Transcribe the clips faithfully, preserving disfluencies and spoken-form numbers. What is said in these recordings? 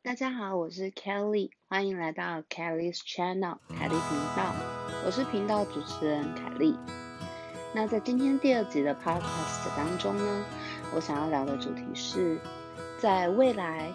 大家好，我是 Kelly，欢迎来到 Kelly's Channel 凯莉频道，我是频道主持人凯莉。那在今天第二集的 Podcast 当中呢，我想要聊的主题是，在未来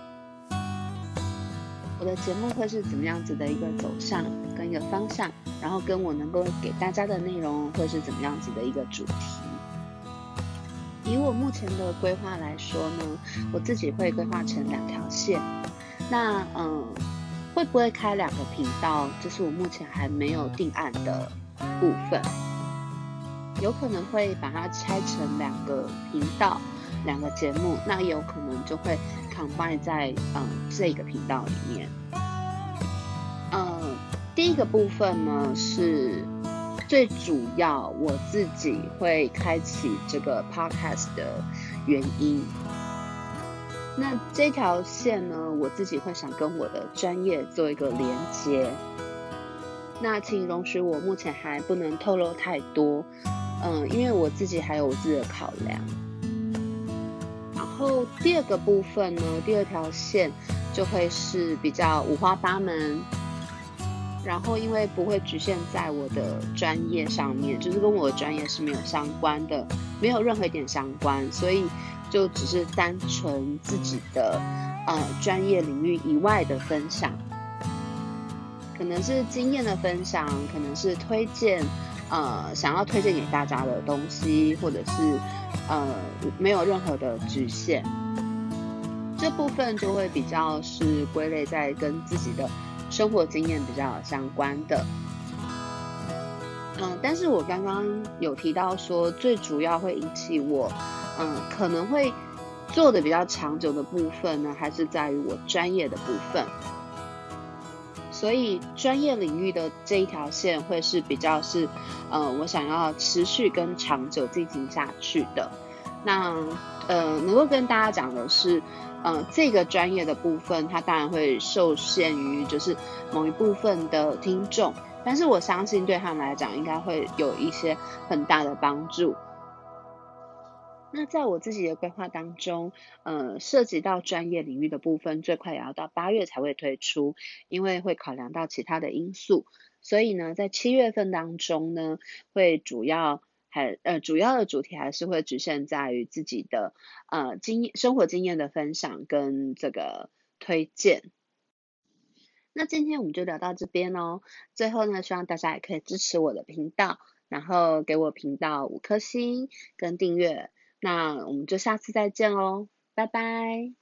我的节目会是怎么样子的一个走向跟一个方向，然后跟我能够给大家的内容会是怎么样子的一个主题。以我目前的规划来说呢，我自己会规划成两条线。那嗯，会不会开两个频道，这是我目前还没有定案的部分。有可能会把它拆成两个频道、两个节目，那也有可能就会 combine 在嗯这个频道里面。嗯，第一个部分呢是最主要我自己会开启这个 podcast 的原因。那这条线呢，我自己会想跟我的专业做一个连接。那请容许我目前还不能透露太多，嗯，因为我自己还有我自己的考量。然后第二个部分呢，第二条线就会是比较五花八门，然后因为不会局限在我的专业上面，就是跟我的专业是没有相关的，没有任何一点相关，所以就只是单纯自己的呃专业领域以外的分享，可能是经验的分享，可能是推荐呃想要推荐给大家的东西，或者是呃没有任何的局限。这部分就会比较是归类在跟自己的生活经验比较相关的。嗯，但是我刚刚有提到说，最主要会引起我，嗯，可能会做的比较长久的部分呢，还是在于我专业的部分。所以专业领域的这一条线会是比较是，呃，我想要持续跟长久进行下去的。那呃，能够跟大家讲的是，呃，这个专业的部分，它当然会受限于就是某一部分的听众，但是我相信对他们来讲，应该会有一些很大的帮助。那在我自己的规划当中，呃，涉及到专业领域的部分，最快也要到八月才会推出，因为会考量到其他的因素。所以呢，在七月份当中呢，会主要还呃主要的主题还是会局限在于自己的呃经验生活经验的分享跟这个推荐。那今天我们就聊到这边哦。最后呢，希望大家也可以支持我的频道，然后给我频道五颗星跟订阅。那我们就下次再见哦，拜拜。